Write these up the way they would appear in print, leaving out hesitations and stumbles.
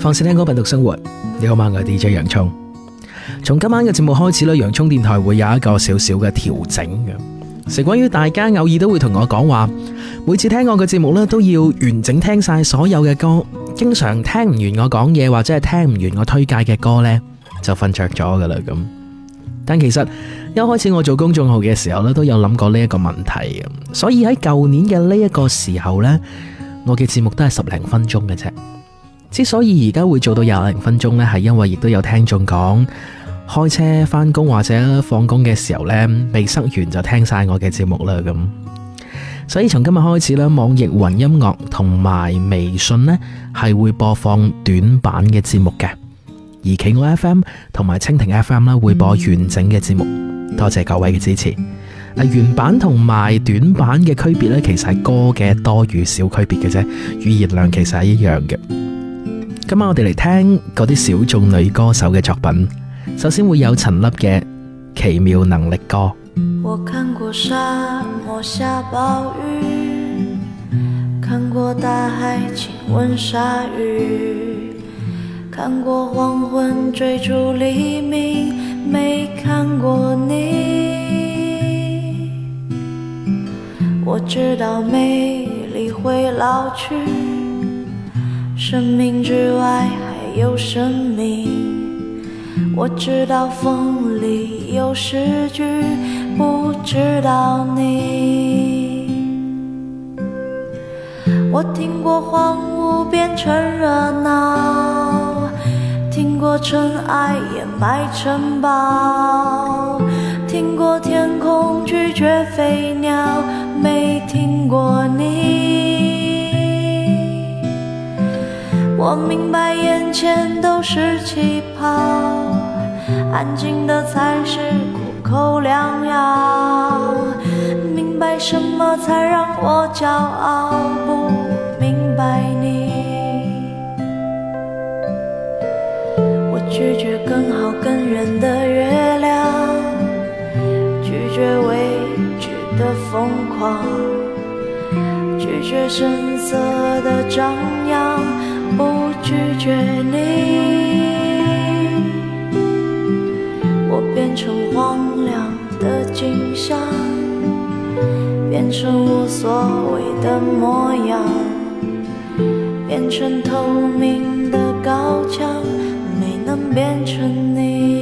放肆聽歌品讀生活。你好嗎？我係 DJ 洋蔥。從今晚嘅節目開始咧，洋蔥電台會有一個少少嘅調整嘅，係關於大家偶爾都會同我講話，每次聽我嘅節目咧都要完整聽晒所有嘅歌，經常聽唔完我講嘢或者係聽唔完我推介嘅歌呢，就瞓着咗噶啦咁。但其實一開始我做公眾號嘅時候咧，都有諗過呢一個問題，所以喺舊年嘅呢一個時候呢，我嘅節目都係10零分鐘嘅啫。之所以而家會做到20零分鐘呢，係因為亦都有聽眾講，開車返工或者放工嘅時候呢，未塞完就聽晒我嘅節目啦咁。所以從今日開始咧，網易雲音樂同埋微信呢係會播放短版嘅節目嘅，而企鵝 FM 同埋蜻蜓 FM 呢會播完整嘅節目。多謝各位嘅支持。原版同埋短版嘅區別呢，其實係歌嘅多與少區別嘅啫，語言量其實係一樣嘅。今晚我哋嚟聽嗰啲小眾女歌手嘅作品。首先會有陳粒嘅《奇妙能力歌》。 我看過沙漠下暴雨，看過大海親吻鯊魚，看過黃昏追逐黎明，沒看過你。我知道美麗會老去，生命之外還有生命。我知道風裡有詩句，不知道你。我聽過荒蕪變成熱鬧，聽過塵埃掩埋城堡，聽過天空拒絕飛鳥，沒聽過你。我明白眼前都是氣泡，安靜的才是苦口良藥，明白什麼才讓我驕傲，不明白你。我拒絕更好更圓的月亮，拒絕未知的瘋狂，拒絕聲色的張揚，不拒絕你。我變成荒涼的景象，變成無所謂的模樣，變成透明的高牆，沒能變成你。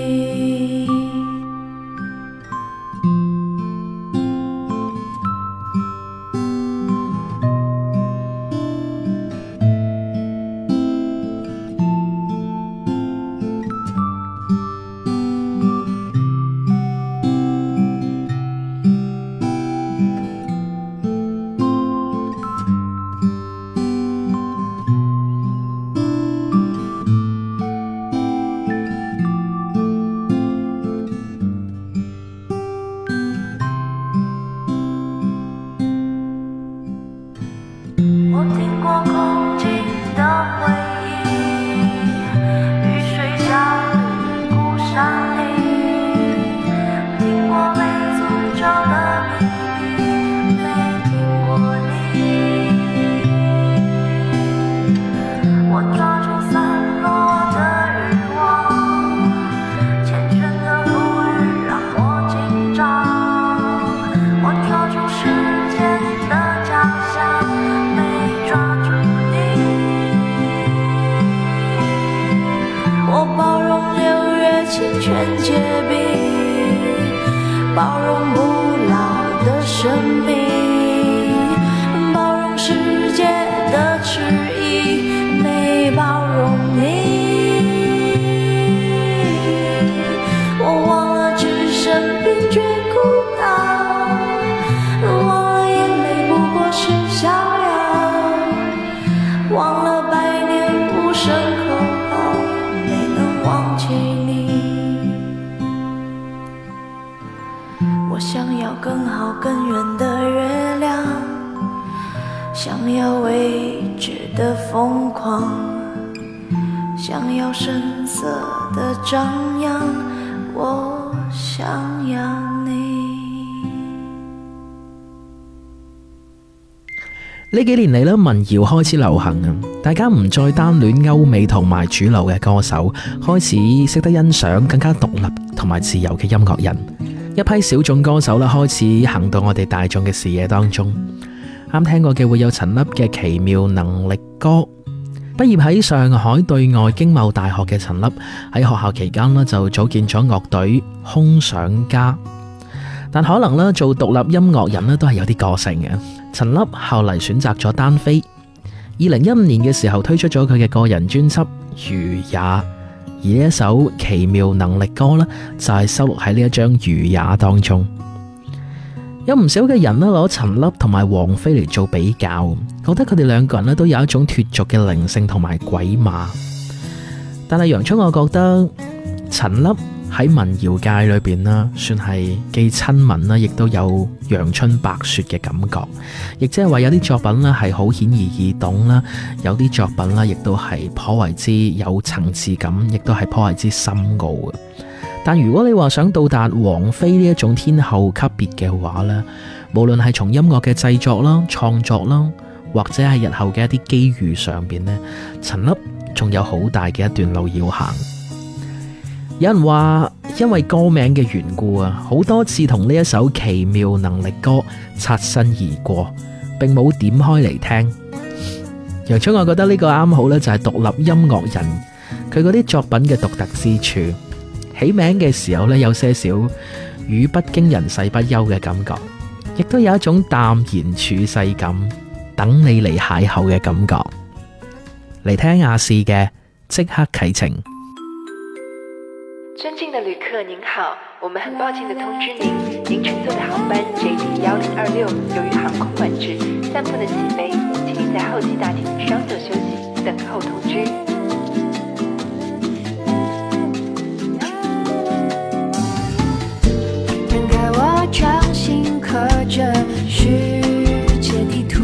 呢幾年嚟咧，民謠開始流行啊，大家唔再單戀歐美同埋主流嘅歌手，開始識得欣賞更加獨立同埋自由嘅音樂人。一批小眾歌手啦，開始行到我哋大眾嘅視野當中。啱聽過嘅會有陳粒嘅《奇妙能力歌》。畢業喺上海對外經貿大學嘅陳粒喺學校期間呢，就組建咗樂隊空想家。但可能咧，做獨立音樂人咧都係有啲個性嘅。陳粒後嚟選擇咗單飛，2015年嘅時候推出咗佢嘅個人專輯《如也》，而呢一首《奇妙能力歌》呢，就係收錄喺呢一張《如也》當中。有唔少嘅人咧攞陳粒同埋王菲嚟做比較，覺得佢哋兩個人咧都有一種脫俗嘅靈性同埋鬼馬。但係洋蔥，我覺得陳粒喺民謠界裏邊啦，算係既親民啦，亦都有陽春白雪嘅感覺，亦即係話有啲作品咧係好顯而易懂啦，有啲作品咧亦都係頗為之有層次感，亦都係頗為之深奧嘅。但如果你話想到達王菲呢一種天后級別嘅話咧，無論係從音樂嘅製作啦、創作啦，或者係日後嘅一啲機遇上邊呢，陳粒仲有好大嘅一段路要行。有人話因為歌名嘅緣故啊，好多次同呢一首奇妙能力歌擦身而過，並冇點開嚟聽。洋蔥，我覺得呢個啱好呢，就係獨立音樂人佢嗰啲作品嘅獨特之處。起名嘅時候呢，有些少語不驚人世不休嘅感覺，亦都有一種淡然處世感，等你嚟邂逅嘅感覺。嚟聽亞視嘅即刻啟程。 尊敬的旅客您好，我們很抱歉地通知您乘坐的航班 JT1026 由於航空管制，暫不能起飛，請您在候機大廳稍作休息，等候通知。 點解我掌心刻着世界地圖，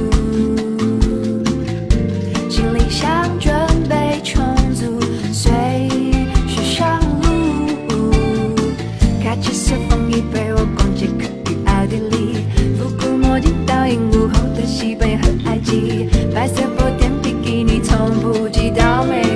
行李箱準備重組，隨時上路。開啟色風衣陪我逛街，可與奧地利，復古墨鏡倒映午後的西北和埃及，白色波點比基尼從普吉到美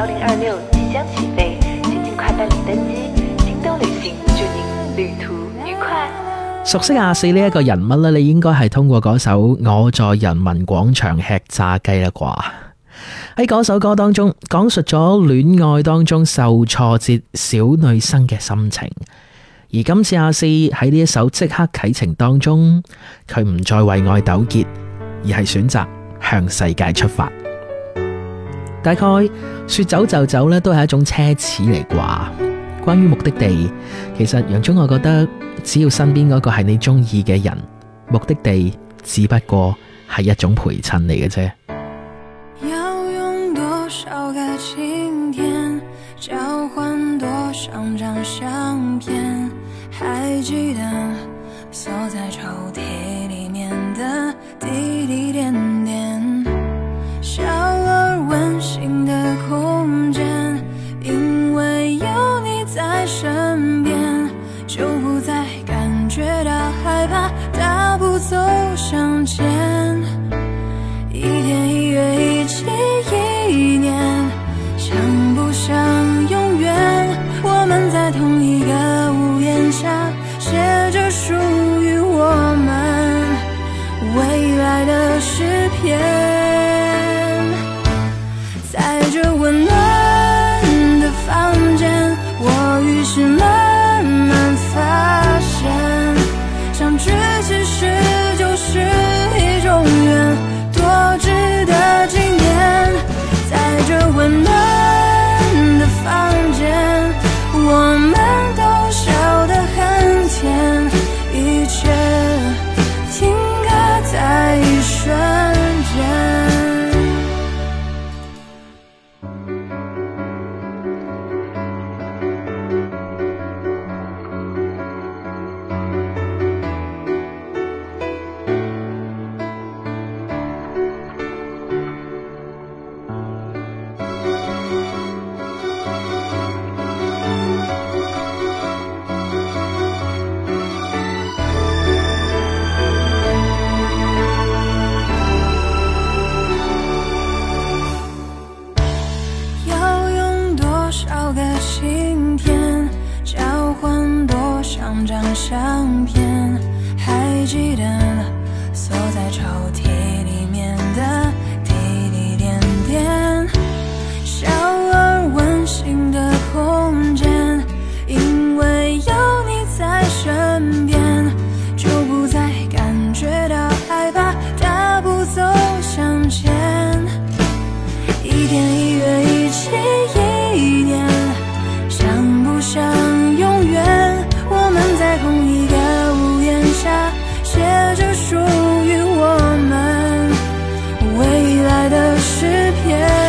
1026即將起飛，請盡快辦理登機。京東旅行祝您旅途愉快。 熟悉亞視呢一個人物咧，你應該係通過嗰首《我在人民廣場吃炸雞》啦啩。喺嗰首歌當中，講述咗戀愛當中受挫折小女生嘅心情。而今次亞視喺呢一首即刻啟程當中，佢唔再為愛糾結，而係選擇向世界出發。大概說走就走咧，都係一種奢侈嚟啩。關於目的地，其實楊聰我覺得，只要身邊嗰個係你中意嘅人，目的地只不過係一種陪襯嚟嘅啫。 要用多少個晴天交換多少張相片，還記得鎖在抽屜裡面的滴滴點點，小而溫馨的空間，因為有你在身邊，就不再感覺到害怕，大步走向前，一天一月一季一年，想不想永遠，我們在同一個屋檐下，寫着屬於我們未來的詩篇。在這溫暖的房間，我於是慢慢發現，相聚其實就是一種緣，多值得紀念。在這溫暖的房間，我們都笑得很甜，一切停格在一瞬間。相片還記得鎖在抽屜裡面的滴滴點點，小而溫馨的空間，因為有你在身邊，就不再感覺到害怕，大步走向前，一天一月一季一年，想不想永遠，我們在同一個屋檐下，寫着屬於我們未來的詩篇。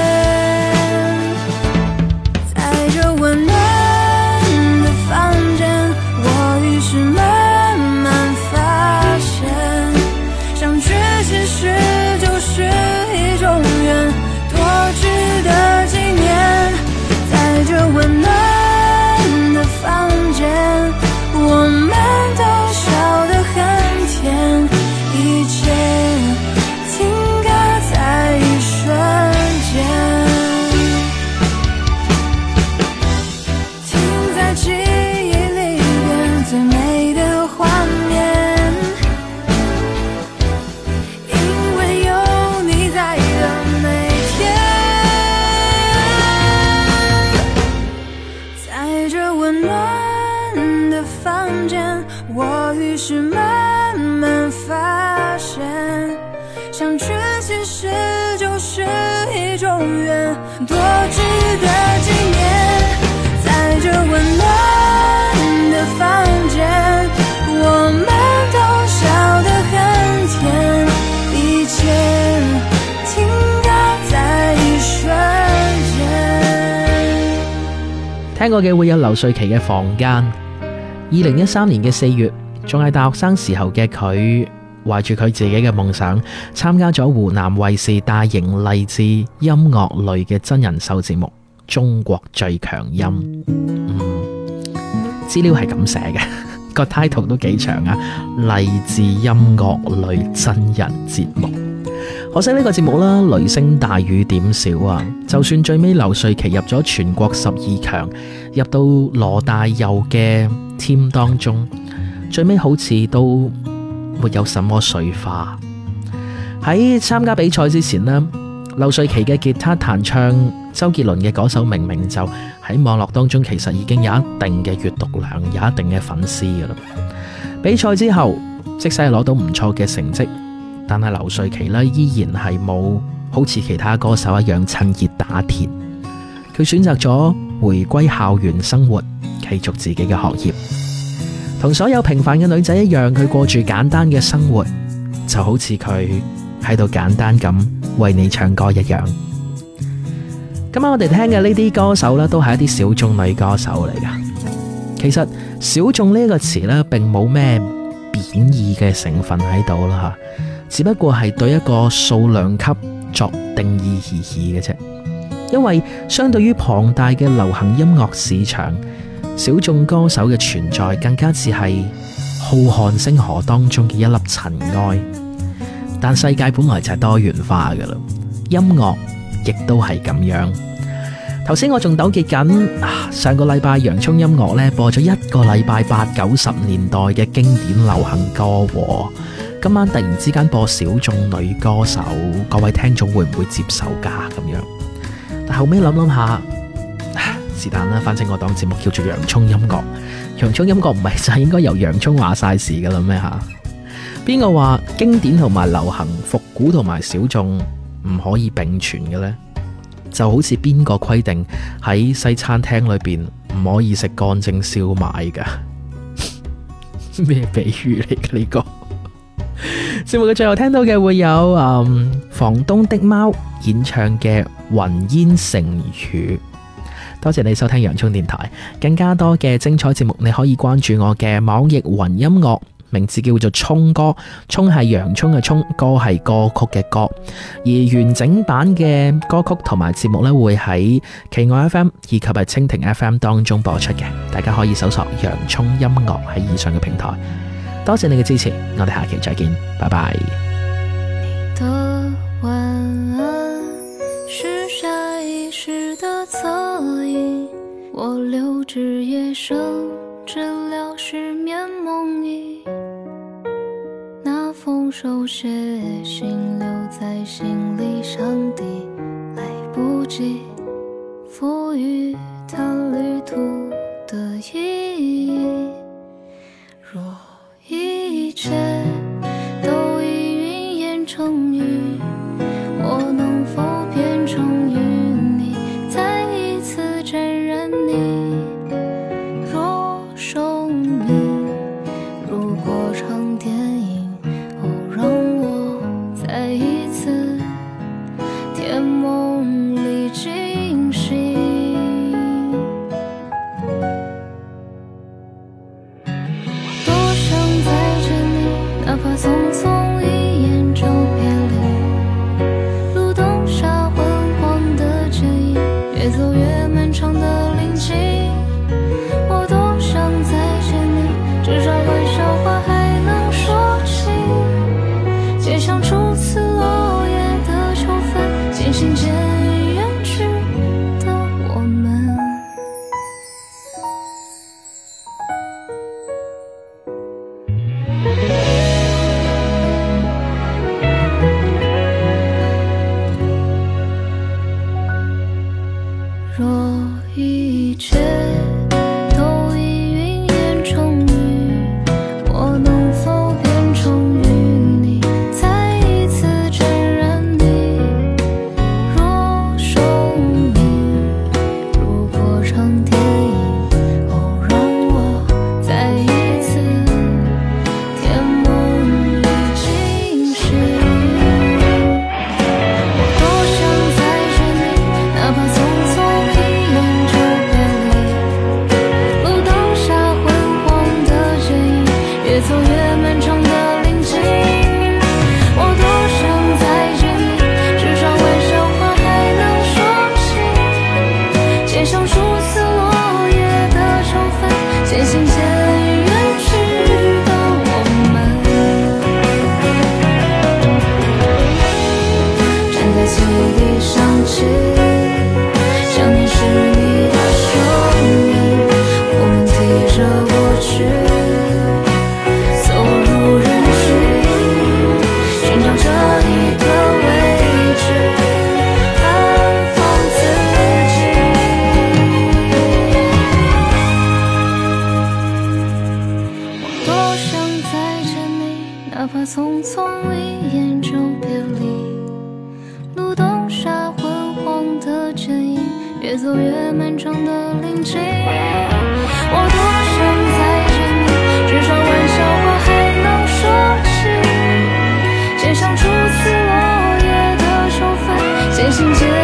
在這溫暖的房間，我於是慢慢發現，相聚其實就是一種緣，多值得紀念。在這溫暖的房間，我們都笑得很甜，一切停格在一瞬間，停在記憶裡邊最美的畫面，因為有你在的每天，在這溫暖的房間，我於是慢慢發現，相聚其實就是一種緣，多值得紀念。在這溫暖的房間，我們都笑得很甜，一切停格在一瞬間。 聽過嘅會有劉瑞琪嘅房間。2013年嘅4月，仲係大學生時候嘅佢，懷住佢自己嘅夢想，參加咗湖南衛視大型勵志音樂類嘅真人秀節目《中國最強音》。資料係咁寫嘅，個 title 都幾長啊！勵志音樂類真人節目， 可惜呢個節目啦，雷聲大雨點小啊！就算最尾劉瑞琪入咗全國12強，入到羅大佑嘅 team 當中，最尾好似都沒有什麼水花。喺參加比賽之前呢，劉瑞琪嘅吉他彈唱周杰倫嘅嗰首明明就喺網絡當中其實已經有一定嘅閱讀量，有一定嘅粉絲㗎啦。比賽之後，即使係攞到唔錯嘅成績，但係劉瑞琪呢依然係冇好似其他歌手一樣趁熱打鐵，佢選擇咗回歸校園生活，繼續自己嘅學業。同所有平凡嘅女仔一樣，佢過住簡單嘅生活，就好似佢喺度簡單咁為你唱歌一樣。今晚我哋聽嘅呢啲歌手呢，都係一啲小眾女歌手嚟噶。其實小眾呢個詞呢，並冇咩貶義嘅成分喺度啦，只不過係對一個數量級作定義而已嘅啫。因為相對於龐大嘅流行音樂市場，小眾歌手嘅存在更加似係浩瀚星河當中嘅一粒塵埃。但世界本來就係多元化噶啦，音樂亦都係咁樣。頭先我仲糾結緊上個禮拜洋蔥音樂呢播咗一個禮拜80、90年代嘅經典流行歌，今晚突然之間播小眾女歌手，各位聽眾會唔會接受㗎咁樣？但後尾諗下，是但啦，反正我當節目叫做洋蔥音樂，洋蔥音樂唔係就係應該由洋蔥話晒事㗎啦咩嚇？邊個話經典同埋流行、復古同埋小眾唔可以並存嘅呢？就好似邊個規定喺西餐廳裏邊唔可以食乾蒸燒賣噶？咩比喻嚟嘅呢個？節目嘅最後聽到嘅會有房東的貓演唱嘅雲煙成雨。多謝你收聽洋蔥電台，更加多嘅精彩節目你可以關注我嘅網易雲音樂，名字叫做蔥歌，蔥係洋蔥嘅蔥，歌係歌曲嘅歌。而完整版嘅歌曲同埋節目呢，會喺企愛 FM 以及係蜻蜓 FM 當中播出嘅，大家可以搜索洋蔥音樂喺以上嘅平台。多謝你嘅支持，我哋下期再見，拜拜。 你的晚安是下意識的側影，我留至夜深，治療失眠夢囈，那封手寫信留在心裡，上帝來不及賦予它旅途的意義。若一切都已雲煙成雨，我能否變成與你再一次沾染你若生命？如果場電影，哦，讓我再一次甜夢裡驚醒。我多想再見你，哪怕匆匆一眼就別離。路燈下昏黃的剪影，越走越漫長的林徑。我多想再見你，至少玩笑話還能說起，街上初次落葉的秋分，漸行漸遠去的我們。若一切都已雲煙成雨，我能否變成與你再一次沾染你若生命？如果場電影，哦，讓我再一次甜夢裡驚醒。我多想再見你，哪怕匆匆一眼就別離。路燈下昏黃的剪影，越走越漫長的林徑。我多想再見你，至少玩笑話還能說起，街上初次落葉的秋分，漸行漸遠去的我們。 哪怕匆匆一眼就别离。路灯下昏黄的剪影，越走越漫长的林径。我多想再见你，至少玩笑话还能说起。写上初次落叶的手分，渐行渐